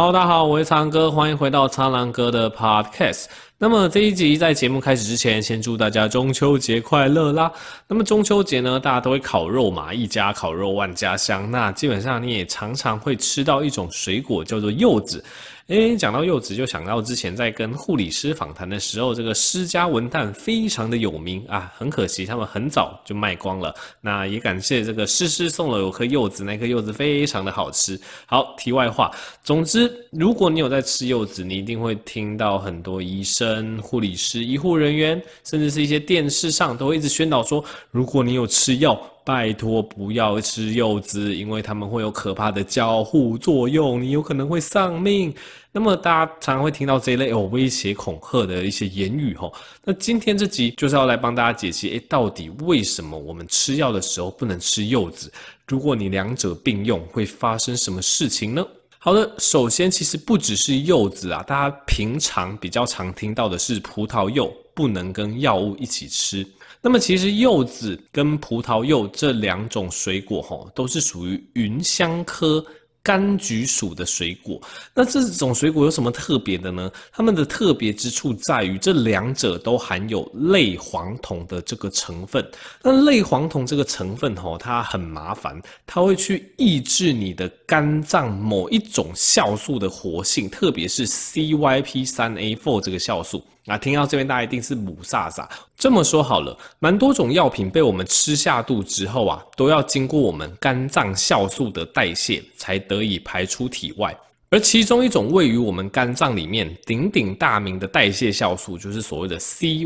Hello，大家好，我是苍狼哥，欢迎回到苍狼哥的 Podcast。那么这一集在节目开始之前，先祝大家中秋节快乐啦！那么中秋节呢，大家都会烤肉嘛，一家烤肉万家香。那基本上你也常常会吃到一种水果，叫做柚子。讲到柚子，就想到之前在跟护理师访谈的时候，这个施家文旦非常的有名啊，很可惜他们很早就卖光了。那也感谢这个诗诗送了我颗柚子，那颗柚子非常的好吃。好，题外话，总之，如果你有在吃柚子，你一定会听到很多医生、护理师、医护人员，甚至是一些电视上都会一直宣导说，如果你有吃药，拜托不要吃柚子，因为它们会有可怕的交互作用，你有可能会丧命。那么大家常常会听到这一类威胁恐吓的一些言语齁。那今天这集就是要来帮大家解析，到底为什么我们吃药的时候不能吃柚子？如果你两者并用，会发生什么事情呢？好的，首先其实不只是柚子啊，大家平常比较常听到的是葡萄柚不能跟药物一起吃。那么其实柚子跟葡萄柚这两种水果都是属于芸香科柑橘属的水果。那这种水果有什么特别的呢？它们的特别之处在于这两者都含有类黄酮的这个成分。那类黄酮这个成分它很麻烦，它会去抑制你的肝脏某一种酵素的活性，特别是 CYP3A4 这个酵素。听到这边大家一定是母煞煞。这么说好了，蛮多种药品被我们吃下肚之后都要经过我们肝脏酵素的代谢，才得以排出体外。而其中一种位于我们肝脏里面鼎鼎大名的代谢酵素，就是所谓的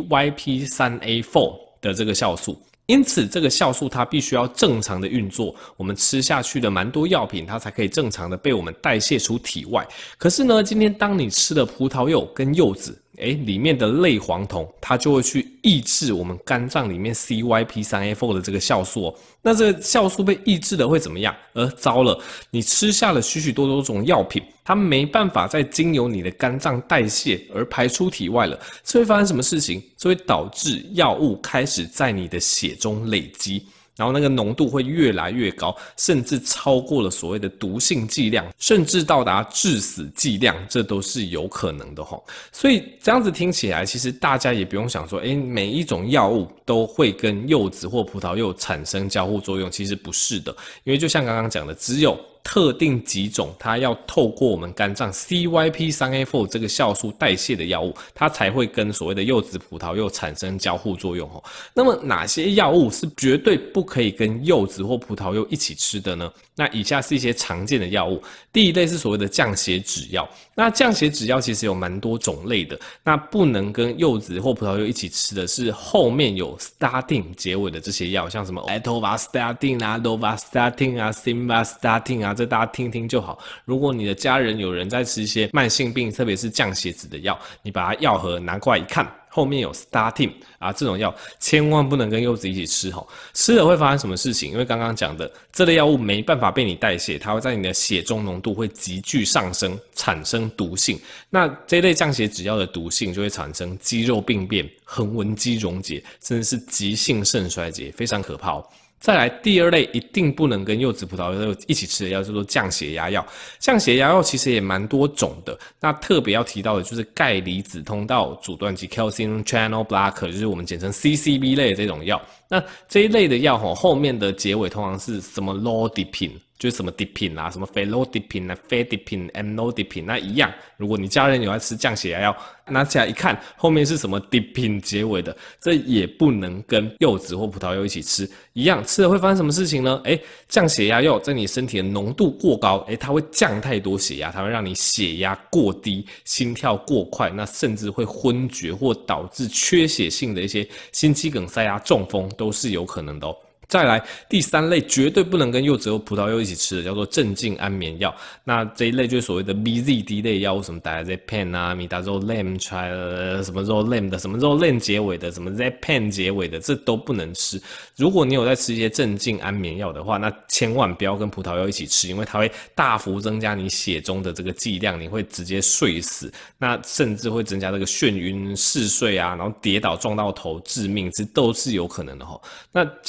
CYP3A4 的这个酵素。因此这个酵素它必须要正常的运作，我们吃下去的蛮多药品它才可以正常的被我们代谢出体外。可是呢，今天当你吃了葡萄柚跟柚子，里面的类黄酮它就会去抑制我们肝脏里面 CYP3A4 的这个酵素那这个酵素被抑制了会怎么样？糟了，你吃下了许许多多种药品，它没办法再经由你的肝脏代谢而排出体外了。这会发生什么事情？这会导致药物开始在你的血中累积，然后那个浓度会越来越高，甚至超过了所谓的毒性剂量，甚至到达致死剂量，这都是有可能的齁。所以这样子听起来，其实大家也不用想说，每一种药物都会跟柚子或葡萄柚产生交互作用，其实不是的。因为就像刚刚讲的，只有特定几种它要透过我们肝脏 CYP3A4 这个酵素代谢的药物，它才会跟所谓的柚子、葡萄柚产生交互作用那么哪些药物是绝对不可以跟柚子或葡萄柚一起吃的呢？那以下是一些常见的药物。第一类是所谓的降血脂药。那降血脂药其实有蛮多种类的，那不能跟柚子或葡萄柚一起吃的是后面有 statin 结尾的这些药，像什么 atorvastatin 啊、rovastatin 啊、simvastatin 啊，这大家听听就好。如果你的家人有人在吃一些慢性病，特别是降血脂的药，你把它药盒拿过来一看，后面有 statin 这种药千万不能跟柚子一起吃吃了会发生什么事情？因为刚刚讲的这类药物没办法被你代谢，它会在你的血中浓度会急剧上升，产生毒性。那这类降血脂药的毒性就会产生肌肉病变、横纹肌溶解，甚至是急性肾衰竭，非常可怕再来第二类一定不能跟柚子、葡萄柚一起吃的药叫做降血压药。降血压药其实也蛮多种的，那特别要提到的就是钙离子通道阻断剂 （Calcium Channel Blocker），就是我们简称 CCB 类的这种药。那这一类的药后面的结尾通常是什么 lodipine， 就是什么 dipine 什么 felodipine、fedipine、amlodipine， 那一样。如果你家人有在吃降血压药，拿起来一看，后面是什么 dipine 结尾的，这也不能跟柚子或葡萄柚一起吃。一样吃了会发生什么事情呢？降血压药在你身体的浓度过高，它会降太多血压，它会让你血压过低，心跳过快，那甚至会昏厥或导致缺血性的一些心肌梗塞中风都是有可能的再来第三类绝对不能跟柚子或葡萄柚一起吃的叫做镇静安眠药。那这一类就是所谓的 BZD 类药物，什么 diazepam midazolam 什么 Zolem 的，什么 Zolem 结尾的，什么 Zepam 结尾的，这都不能吃。如果你有在吃一些镇静安眠药的话，那千万不要跟葡萄柚一起吃，因为它会大幅增加你血中的这个剂量，你会直接睡死，那甚至会增加这个眩晕、嗜睡然后跌倒撞到头致命，这都是有可能的那接下来几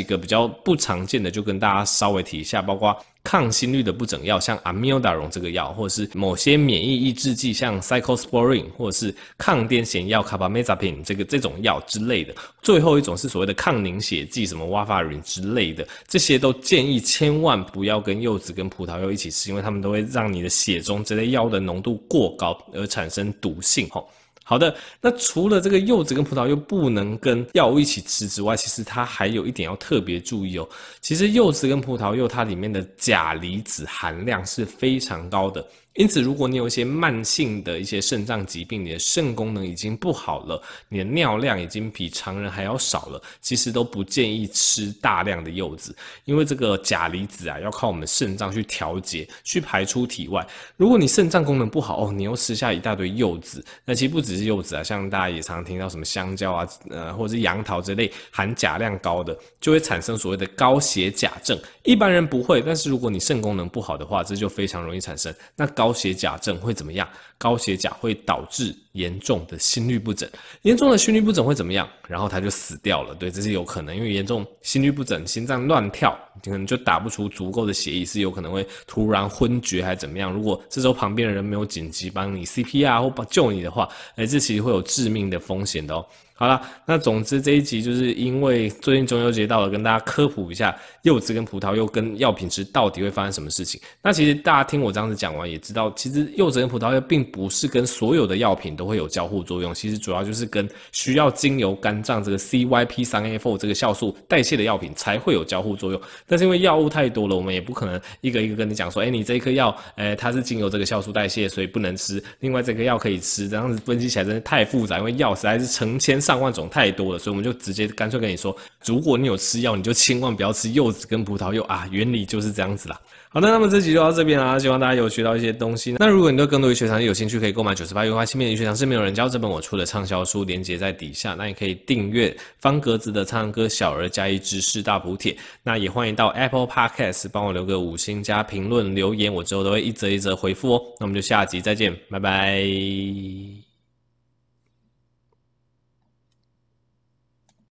个比较不常见的就跟大家稍微提一下，包括抗心律的不整药，像 amiodarone 这个药，或者是某些免疫抑制剂，像 cyclosporine， 或者是抗癫痫药 carbamazepine 这种药之类的。最后一种是所谓的抗凝血剂，什么 warfarin 之类的，这些都建议千万不要跟柚子跟葡萄柚一起吃，因为它们都会让你的血中这类药的浓度过高而产生毒性。好的，那除了这个柚子跟葡萄柚不能跟药物一起吃之外，其实它还有一点要特别注意哦。其实柚子跟葡萄柚它里面的钾离子含量是非常高的，因此如果你有一些慢性的一些肾脏疾病，你的肾功能已经不好了，你的尿量已经比常人还要少了，其实都不建议吃大量的柚子，因为这个钾离子要靠我们肾脏去调节，去排出体外。如果你肾脏功能不好你又吃下一大堆柚子，那其实不只是柚子像大家也常听到什么香蕉或者是杨桃之类含钾量高的，就会产生所谓的高血钾症。一般人不会，但是如果你肾功能不好的话，这就非常容易产生。那高血钾症会怎么样？高血钾会导致严重的心律不整，严重的心律不整会怎么样？然后他就死掉了。对，这是有可能，因为严重心律不整，心脏乱跳，可能就打不出足够的血液，是有可能会突然昏厥还怎么样。如果这时候旁边的人没有紧急帮你 CPR 或救你的话，这其实会有致命的风险的哦。好啦，那总之这一集就是因为最近中秋节到了，跟大家科普一下柚子跟葡萄柚跟药品吃到底会发生什么事情。那其实大家听我这样子讲完也知道，其实柚子跟葡萄柚并不是跟所有的药品都会有交互作用，其实主要就是跟需要经由肝脏这个 CYP3A4 这个酵素代谢的药品才会有交互作用。但是因为药物太多了，我们也不可能一个一个跟你讲说你这一颗药它是经由这个酵素代谢所以不能吃，另外这颗药可以吃，这样子分析起来真的太复杂，因为药实在是成千上万种太多了，所以我们就直接干脆跟你说，如果你有吃药，你就千万不要吃柚子跟葡萄柚原理就是这样子啦。好的，那么这集就到这边啦，希望大家有学到一些东西。那如果你对更多医学常识有兴趣，可以购买98元新面医学常识没有人教这本我出的畅销书，连结在底下。那也可以订阅方格子的苍狼哥小儿加一知识大补帖。那也欢迎到 Apple Podcast 帮我留个5星加评论留言，我之后都会一则一则回复哦。那我们就下集再见，拜拜。